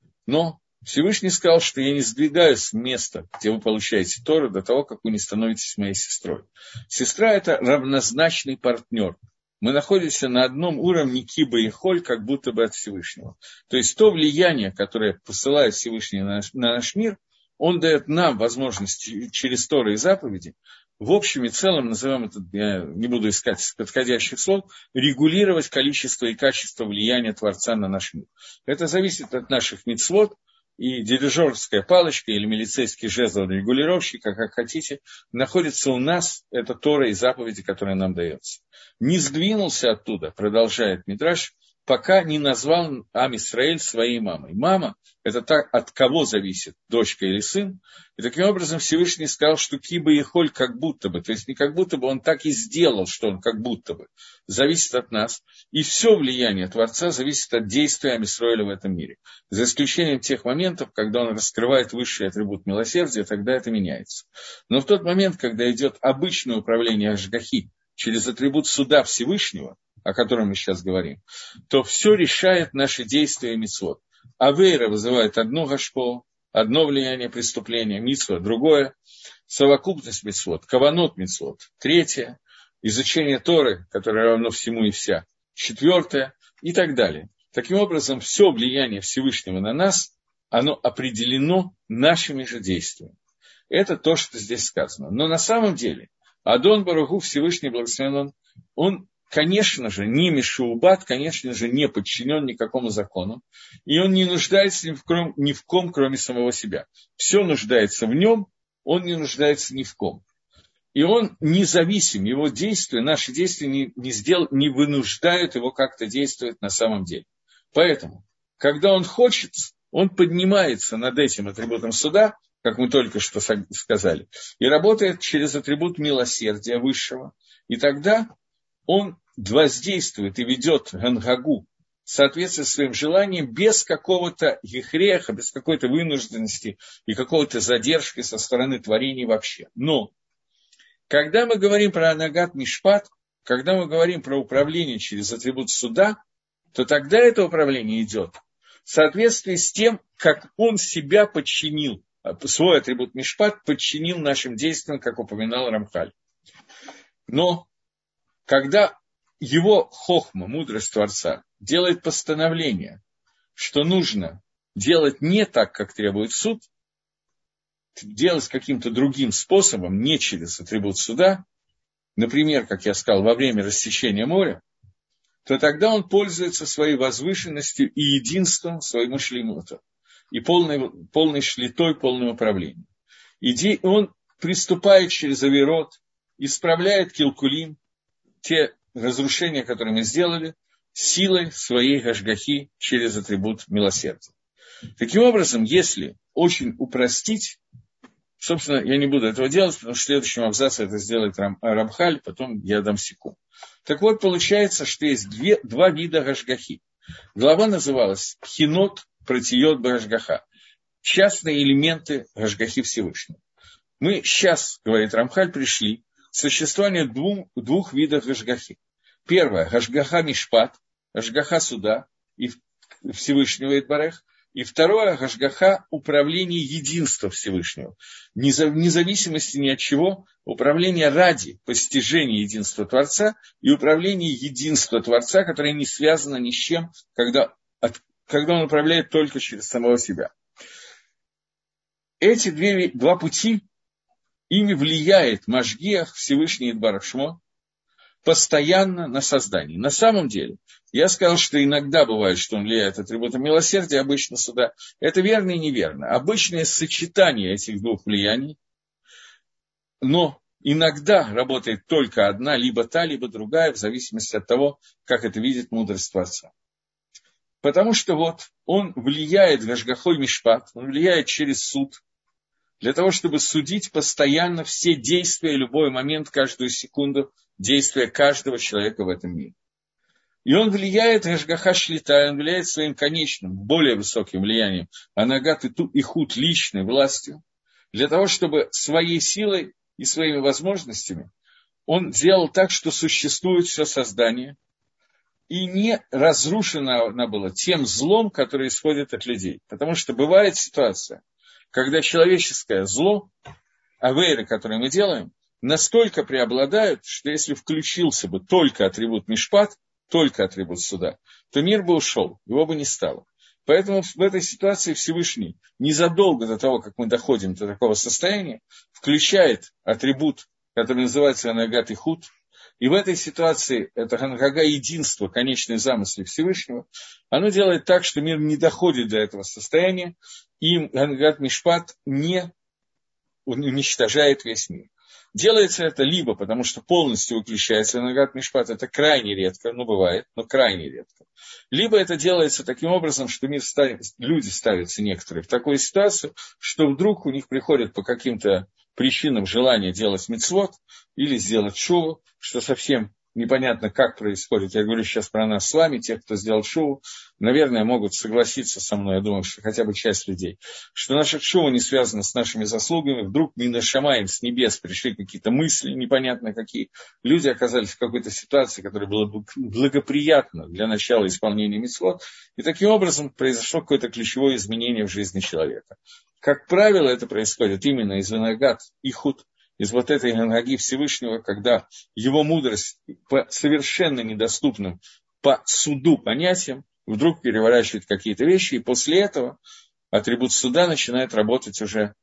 Но Всевышний сказал, что я не сдвигаюсь с места, где вы получаете Тору, до того, как вы не становитесь моей сестрой. Сестра – это равнозначный партнер. Мы находимся на одном уровне киба и холь, как будто бы от Всевышнего. То есть то влияние, которое посылает Всевышний на наш мир, он дает нам возможность через Тору и заповеди, в общем и целом, назовем это, я не буду искать подходящих слов, регулировать количество и качество влияния Творца на наш мир. Это зависит от наших мицвот, и дирижерская палочка или милицейский жезл регулировщика, как хотите, находится у нас, это Тора и заповеди, которые нам даются. Не сдвинулся оттуда, продолжает мидраш, пока не назвал Ам Исраэль своей мамой. Мама – это так, от кого зависит, дочка или сын. И таким образом Всевышний сказал, что киба и холь как будто бы, то есть не как будто бы, он так и сделал, что он как будто бы, зависит от нас. И все влияние Творца зависит от действия Ам Исраэля в этом мире. За исключением тех моментов, когда он раскрывает высший атрибут милосердия, тогда это меняется. Но в тот момент, когда идет обычное управление Ашгахи через атрибут суда Всевышнего, о котором мы сейчас говорим, то все решает наши действия и мицвот. Авейра вызывает одну гашпо, одно влияние преступления, мицва другое, совокупность мицвот, каванот мицвот третье, изучение Торы, которое равно всему и вся, четвертое и так далее. Таким образом, все влияние Всевышнего на нас, оно определено нашими же действиями. Это то, что здесь сказано. Но на самом деле, Адон Барух Ху, Всевышний благословен он, конечно же, не Мишеубат, конечно же, не подчинен никакому закону, и он не нуждается ни в ком, кроме самого себя. Все нуждается в нем, он не нуждается ни в ком. И он независим, его действия, наши действия не вынуждают его как-то действовать на самом деле. Поэтому, когда он хочет, он поднимается над этим атрибутом суда, как мы только что сказали, и работает через атрибут милосердия высшего, и тогда он воздействует и ведет гангагу в соответствии с своим желанием без какого-то гехреха, без какой-то вынужденности и какой-то задержки со стороны творений вообще. Но когда мы говорим про анагат мишпат, когда мы говорим про управление через атрибут суда, то тогда это управление идет в соответствии с тем, как он себя подчинил, свой атрибут Мишпат подчинил нашим действиям, как упоминал Рамхаль. Но когда его хохма, мудрость Творца, делает постановление, что нужно делать не так, как требует суд, делать каким-то другим способом, не через атрибут суда, например, как я сказал, во время рассечения моря, то тогда он пользуется своей возвышенностью и единством своему шлемуту, и полной шлитой, полным управлением. И он приступает через авирот, исправляет килкулим, те разрушения, которые мы сделали, силой своей гашгахи через атрибут милосердия. Таким образом, если очень упростить, собственно, я не буду этого делать, потому что в следующем абзаце это сделает Рамхаль, потом я дам секунд. Так вот, получается, что есть два вида гашгахи. Глава называлась «Хинот протиот бгашгаха», частные элементы гашгахи Всевышнего. Мы сейчас, говорит Рамхаль, пришли к существованию двух видов гашгахи. Первое – гашгаха мишпат, гашгаха суда и Всевышнего Итбарех. И второе – гашгаха управление единства Всевышнего. Вне зависимости ни от чего, управление ради постижения единства Творца и управление единства Творца, которое не связано ни с чем, когда он управляет только через самого себя. Эти два пути, ими влияет Машгиах, Всевышний Итбарах Шмо, постоянно на создание. На самом деле, я сказал, что иногда бывает, что он влияет атрибутом милосердия, обычно суда. Это верно и неверно. Обычное сочетание этих двух влияний, но иногда работает только одна, либо та, либо другая, в зависимости от того, как это видит мудрость Творца. Потому что вот он влияет гашгахой мишпат, он влияет через суд, для того, чтобы судить постоянно все действия, любой момент, каждую секунду действия каждого человека в этом мире. И он влияет, гашгаха шлита, он влияет своим конечным, более высоким влиянием, анагат и худ личной властью, для того, чтобы своей силой и своими возможностями он сделал так, что существует все создание, и не разрушено оно было тем злом, которое исходит от людей. Потому что бывает ситуация, когда человеческое зло, авейры, которые мы делаем, настолько преобладают, что если включился бы только атрибут мишпат, только атрибут суда, то мир бы ушел, его бы не стало. Поэтому в этой ситуации Всевышний незадолго до того, как мы доходим до такого состояния, включает атрибут, который называется анагат и худ, и в этой ситуации это ганага единство, конечный замысел Всевышнего, оно делает так, что мир не доходит до этого состояния, и ганагат мишпат не уничтожает весь мир. Делается это либо потому, что полностью выключается ганагат мишпат, это крайне редко, бывает, но крайне редко. Либо это делается таким образом, что люди ставятся некоторые в такую ситуацию, что вдруг у них приходит по каким-то причинам желание делать мицвот или сделать шуву, что совсем непонятно, как происходит. Я говорю сейчас про нас с вами, тех, кто сделал шуву, наверное, могут согласиться со мной, я думаю, что хотя бы часть людей, что наша шува не связана с нашими заслугами, вдруг минашамаем с небес пришли какие-то мысли непонятно какие, люди оказались в какой-то ситуации, которая была благоприятна для начала исполнения мицвот, и таким образом произошло какое-то ключевое изменение в жизни человека. Как правило, это происходит именно из анагат и худ, из вот этой анаги Всевышнего, когда его мудрость по совершенно недоступным по суду понятиям вдруг переворачивает какие-то вещи, и после этого атрибут суда начинает работать уже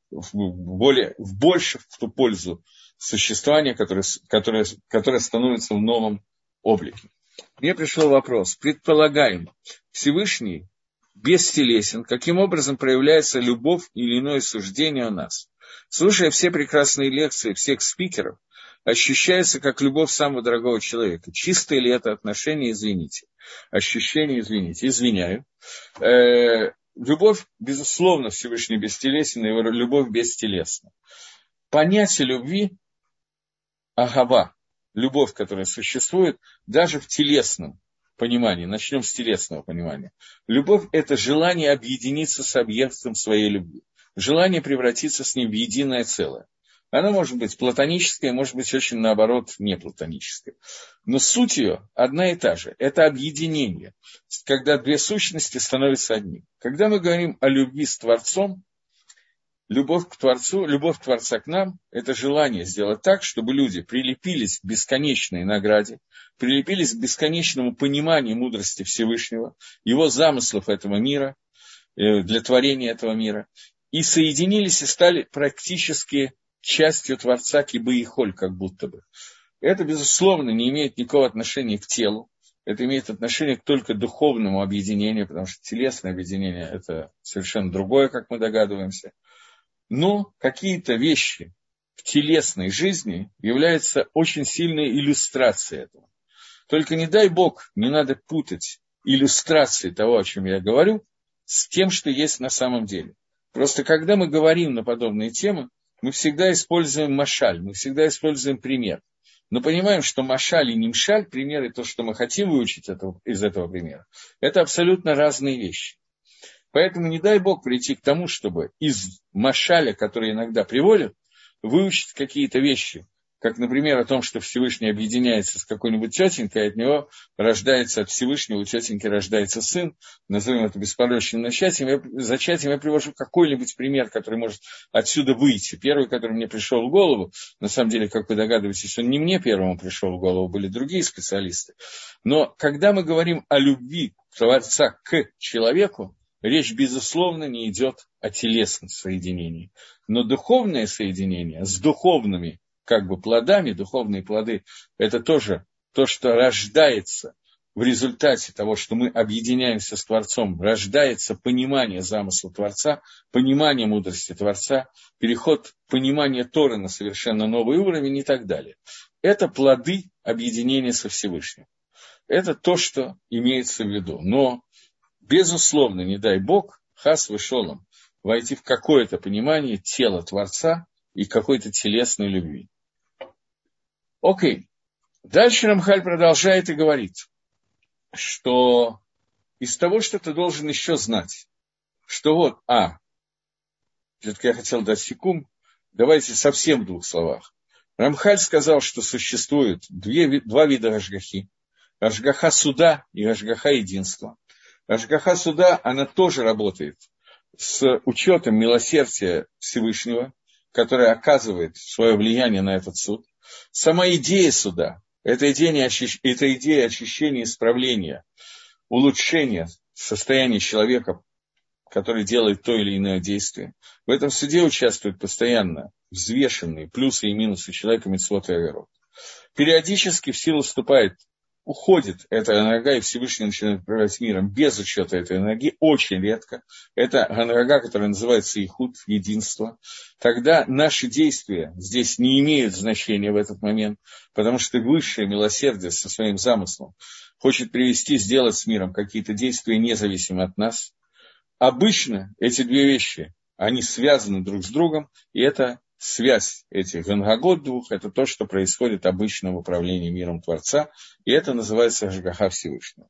больше в ту пользу существования, которое становится в новом облике. Мне пришел вопрос. Предполагаем, Всевышний бестелесен, каким образом проявляется любовь или иное суждение о нас. Слушая все прекрасные лекции всех спикеров, ощущается как любовь самого дорогого человека. Чистое ли это отношение, извините. Ощущение, извините, извиняю. Любовь, безусловно, Всевышний бестелесен, его любовь бестелесна. Понятие любви, агава, любовь, которая существует, даже в телесном понимании, начнем с телесного понимания. Любовь – это желание объединиться с объектом своей любви. Желание превратиться с ним в единое целое. Она может быть платоническая, может быть очень, наоборот, не платоническая. Но суть ее одна и та же. Это объединение, когда две сущности становятся одним. Когда мы говорим о любви с Творцом, любовь к Творцу, любовь Творца к нам – это желание сделать так, чтобы люди прилепились к бесконечной награде, прилепились к бесконечному пониманию мудрости Всевышнего, его замыслов этого мира, для творения этого мира, и соединились и стали практически частью Творца кибы и холь, как будто бы. Это, безусловно, не имеет никакого отношения к телу, это имеет отношение к только духовному объединению, потому что телесное объединение – это совершенно другое, как мы догадываемся. Но какие-то вещи в телесной жизни являются очень сильной иллюстрацией этого. Только не дай Бог, не надо путать иллюстрации того, о чем я говорю, с тем, что есть на самом деле. Просто когда мы говорим на подобные темы, мы всегда используем машаль, мы всегда используем пример. Но понимаем, что машаль и нимшаль, пример и то, что мы хотим выучить из этого примера, это абсолютно разные вещи. Поэтому не дай Бог прийти к тому, чтобы из машаля, который иногда приводят, выучить какие-то вещи, как, например, о том, что Всевышний объединяется с какой-нибудь тетенькой, от него рождается, от Всевышнего у тетеньки рождается сын, назовем это беспорочным зачатием. Я привожу какой-нибудь пример, который может отсюда выйти. Первый, который мне пришел в голову, на самом деле, как вы догадываетесь, он не мне первому пришел в голову, были другие специалисты. Но когда мы говорим о любви Творца к человеку, речь, безусловно, не идет о телесном соединении. Но духовное соединение с духовными как бы плодами, духовные плоды, это тоже то, что рождается в результате того, что мы объединяемся с Творцом, рождается понимание замысла Творца, понимание мудрости Творца, переход понимания Торы на совершенно новый уровень и так далее. Это плоды объединения со Всевышним. Это то, что имеется в виду. Но, безусловно, не дай Бог, хас вешолом, войти в какое-то понимание тела Творца и какой-то телесной любви. Окей. Дальше Рамхаль продолжает и говорит, что из того, что ты должен еще знать, что вот, все-таки я хотел дать секунд, давайте совсем в двух словах. Рамхаль сказал, что существует два вида ашгахи. Ашгаха суда и ашгаха единства. Ашгаха суда, она тоже работает с учетом милосердия Всевышнего, которое оказывает свое влияние на этот суд. Сама идея суда – это идея очищения, исправления, улучшения состояния человека, который делает то или иное действие. В этом суде участвуют постоянно взвешенные плюсы и минусы человека мицвот и аверот. Периодически в силу уходит эта ганрага, и Всевышний начинает управлять миром без учета этой ганраги, очень редко. Это ганрага, которая называется ихуд, единство. Тогда наши действия здесь не имеют значения в этот момент, потому что высшее милосердие со своим замыслом хочет сделать с миром какие-то действия, независимо от нас. Обычно эти две вещи, они связаны друг с другом, и это связь этих ганрагот двух, это то, что происходит обычно в управлении миром Творца, и это называется ашгаха Всевышнего.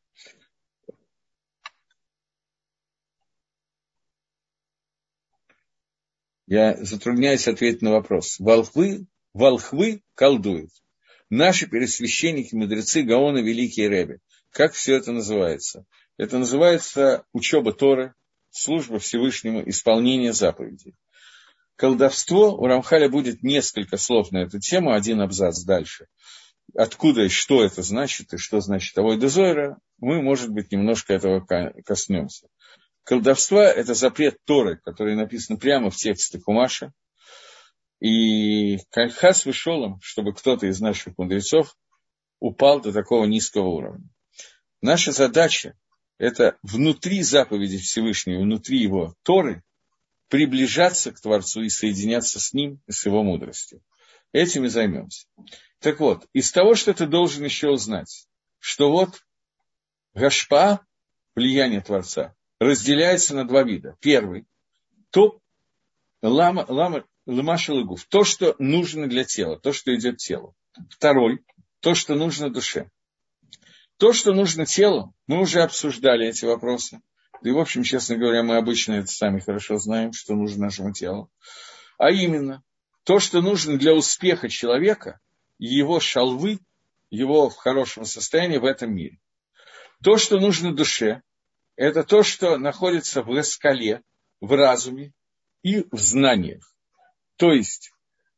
Я затрудняюсь ответить на вопрос. Волхвы колдуют. Наши пересвященники, мудрецы, гаоны, великие ребе. Как все это называется? Это называется учеба Торы, служба Всевышнему, исполнение заповедей. Колдовство, у Рамхаля будет несколько слов на эту тему, один абзац дальше. Откуда и что это значит, и что значит авойда зойра, мы, может быть, немножко этого коснемся. Колдовство – это запрет Торы, который написан прямо в тексте Хумаша. И хас вешолом, чтобы кто-то из наших мудрецов упал до такого низкого уровня. Наша задача – это внутри заповеди Всевышнего, внутри его Торы, приближаться к Творцу и соединяться с Ним и с Его мудростью. Этим и займемся. Так вот, из того, что ты должен еще узнать, что вот гашпа, влияние Творца, разделяется на два вида. Первый – то ламашалыгуф, то, что нужно для тела, то, что идет телу. Второй – то, что нужно душе. То, что нужно телу, мы уже обсуждали эти вопросы. Да и, в общем, честно говоря, мы обычно это сами хорошо знаем, что нужно нашему телу. А именно, то, что нужно для успеха человека, и его шалвы, его в хорошем состоянии в этом мире. То, что нужно душе, это то, что находится в эскале, в разуме и в знаниях. То есть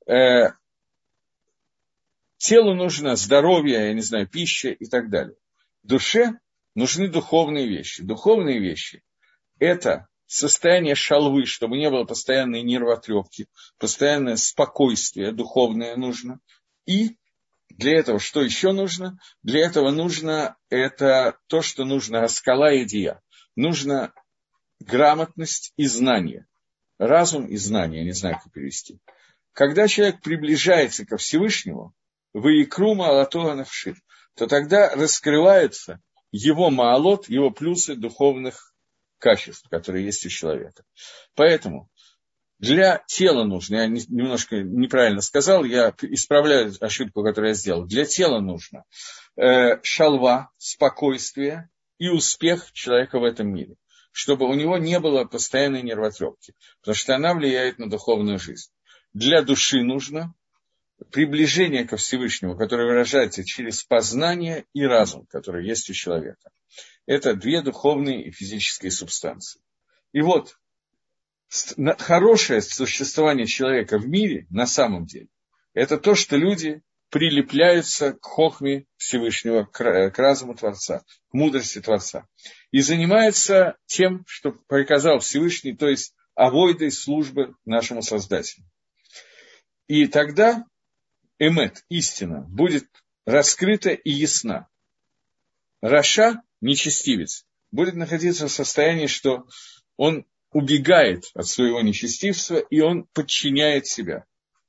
телу нужно здоровье, я не знаю, пища и так далее. Душе нужны духовные вещи. Духовные вещи – это состояние шалвы, чтобы не было постоянной нервотрепки, постоянное спокойствие духовное нужно. И для этого что еще нужно? Для этого нужно это то, что нужно аскала и дия. Нужно грамотность и знание. Разум и знание, я не знаю, как перевести. Когда человек приближается ко Всевышнему, ваикру маалото навшир, то тогда раскрывается его маалот, его плюсы духовных качеств, которые есть у человека. Поэтому для тела нужно, я немножко неправильно сказал, я исправляю ошибку, которую я сделал. Для тела нужно шалва, спокойствие и успех человека в этом мире, чтобы у него не было постоянной нервотрепки, потому что она влияет на духовную жизнь. Для души нужно приближение ко Всевышнему, которое выражается через познание и разум, который есть у человека. Это две духовные и физические субстанции. И вот, хорошее существование человека в мире, на самом деле, это то, что люди прилепляются к хохме Всевышнего, к разуму Творца, к мудрости Творца. И занимаются тем, что приказал Всевышний, то есть авойдой службы нашему Создателю. И тогда эмет, истина, будет раскрыта и ясна. Раша, нечестивец, будет находиться в состоянии, что он убегает от своего нечестивства, и он подчиняет себя.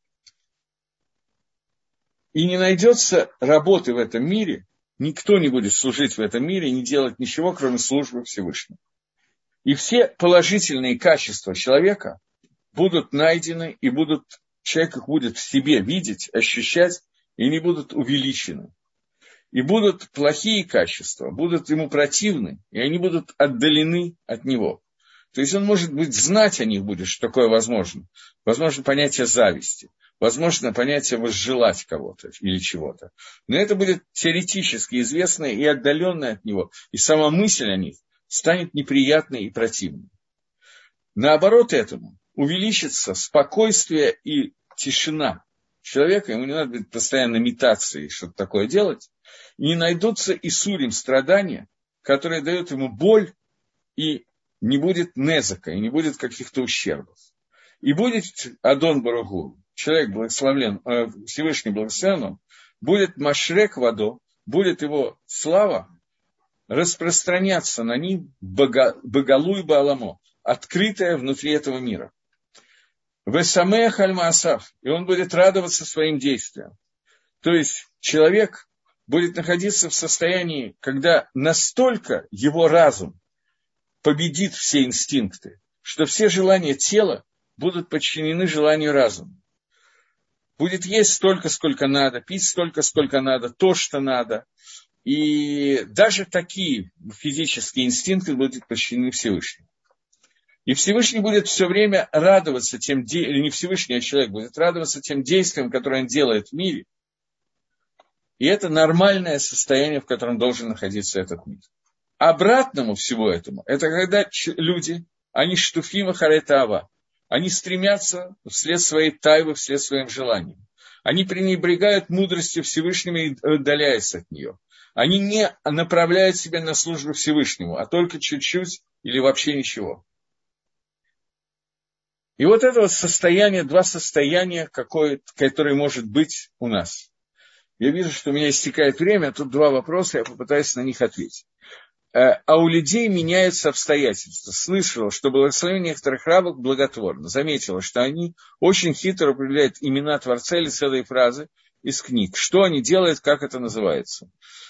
И не найдется работы в этом мире, никто не будет служить в этом мире и не делать ничего, кроме службы Всевышнему. И все положительные качества человека будут найдены, и человек их будет в себе видеть, ощущать, и не будут увеличены. И будут плохие качества, будут ему противны, и они будут отдалены от него. То есть он, может быть, знать о них будет, что такое возможно. Возможно понятие зависти, возможно понятие возжелать кого-то или чего-то. Но это будет теоретически известно и отдаленное от него. И сама мысль о них станет неприятной и противной. Наоборот этому увеличится спокойствие и тишина человека, ему не надо будет постоянно метаться и что-то такое делать, и не найдутся иссурим, страдания, которые дают ему боль, и не будет незака, и не будет каких-то ущербов. И будет Адон Баругу, человек благословлен, Всевышний благословен, будет Машрек Вадо, будет его слава распространяться на ним Багалуй Бааламо, открытая внутри этого мира. Весамея Хальма Асав, и он будет радоваться своим действиям. То есть человек будет находиться в состоянии, когда настолько его разум победит все инстинкты, что все желания тела будут подчинены желанию разума. Будет есть столько, сколько надо, пить столько, сколько надо, то, что надо. И даже такие физические инстинкты будут подчинены Всевышнему. И Всевышний будет все время радоваться тем, или не Всевышний, а человек будет радоваться тем действиям, которые он делает в мире. И это нормальное состояние, в котором должен находиться этот мир. Обратному всего этому, это когда люди, они штуфима харетава, они стремятся вслед своей тайвы, вслед своим желаниям. Они пренебрегают мудростью Всевышнего и отдаляются от нее. Они не направляют себя на службу Всевышнему, а только чуть-чуть или вообще ничего. И вот это вот состояние, два состояния, которые может быть у нас. Я вижу, что у меня истекает время, тут два вопроса, я попытаюсь на них ответить. А у людей меняются обстоятельства. Слышала, что благословение некоторых рабов благотворно. Заметила, что они очень хитро определяют имена Творца или целые фразы из книг. Что они делают, как это называется.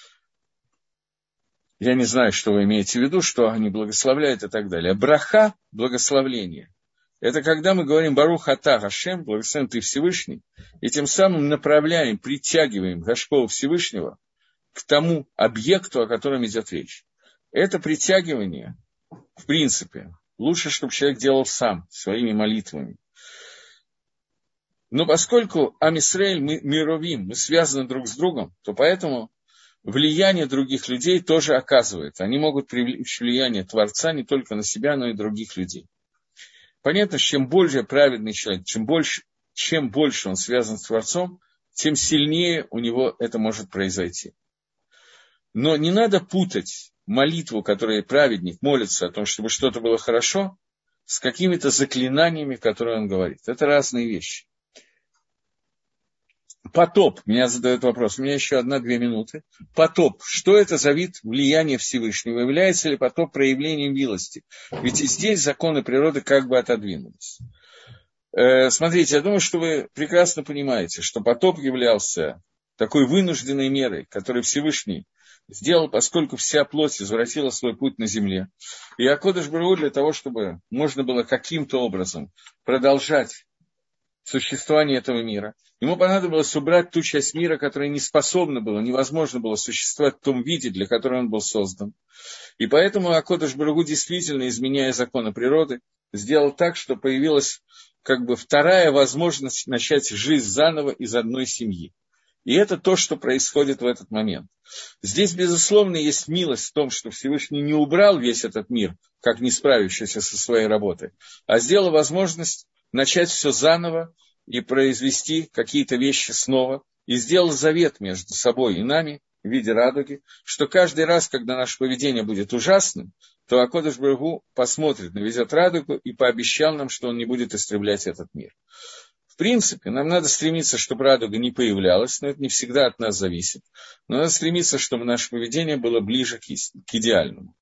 Я не знаю, что вы имеете в виду, что они благословляют и так далее. Браха – благословление. Это когда мы говорим «Барух ата Гашем», благословен ты Всевышний, и тем самым направляем, притягиваем Гашкова Всевышнего к тому объекту, о котором идет речь. Это притягивание, в принципе, лучше, чтобы человек делал сам, своими молитвами. Но поскольку Ам Исраэль, мы мировим, мы связаны друг с другом, то поэтому влияние других людей тоже оказывает. Они могут привлечь влияние Творца не только на себя, но и других людей. Понятно, что чем более праведный человек, чем больше он связан с Творцом, тем сильнее у него это может произойти. Но не надо путать молитву, которой праведник молится о том, чтобы что-то было хорошо, с какими-то заклинаниями, которые он говорит. Это разные вещи. Потоп, меня задают вопрос, у меня еще 1-2 минуты. Потоп, что это за вид влияния Всевышнего? Является ли потоп проявлением милости? Ведь и здесь законы природы как бы отодвинулись. Смотрите, я думаю, что вы прекрасно понимаете, что потоп являлся такой вынужденной мерой, которую Всевышний сделал, поскольку вся плоть извратила свой путь на земле. И Акодыш Барух Ху для того, чтобы можно было каким-то образом продолжать существование этого мира, ему понадобилось убрать ту часть мира, которая не способна была, невозможно было существовать в том виде, для которого он был создан. И поэтому Акодыш Барух Ху, действительно, изменяя законы природы, сделал так, что появилась как бы вторая возможность начать жизнь заново из одной семьи. И это то, что происходит в этот момент. Здесь, безусловно, есть милость в том, что Всевышний не убрал весь этот мир, как не справившийся со своей работой, а сделал возможность начать все заново и произвести какие-то вещи снова, и сделал завет между собой и нами в виде радуги, что каждый раз, когда наше поведение будет ужасным, то Акодыш Барух Ху посмотрит, наведет радугу и пообещал нам, что он не будет истреблять этот мир. В принципе, нам надо стремиться, чтобы радуга не появлялась, но это не всегда от нас зависит. Но надо стремиться, чтобы наше поведение было ближе к идеальному.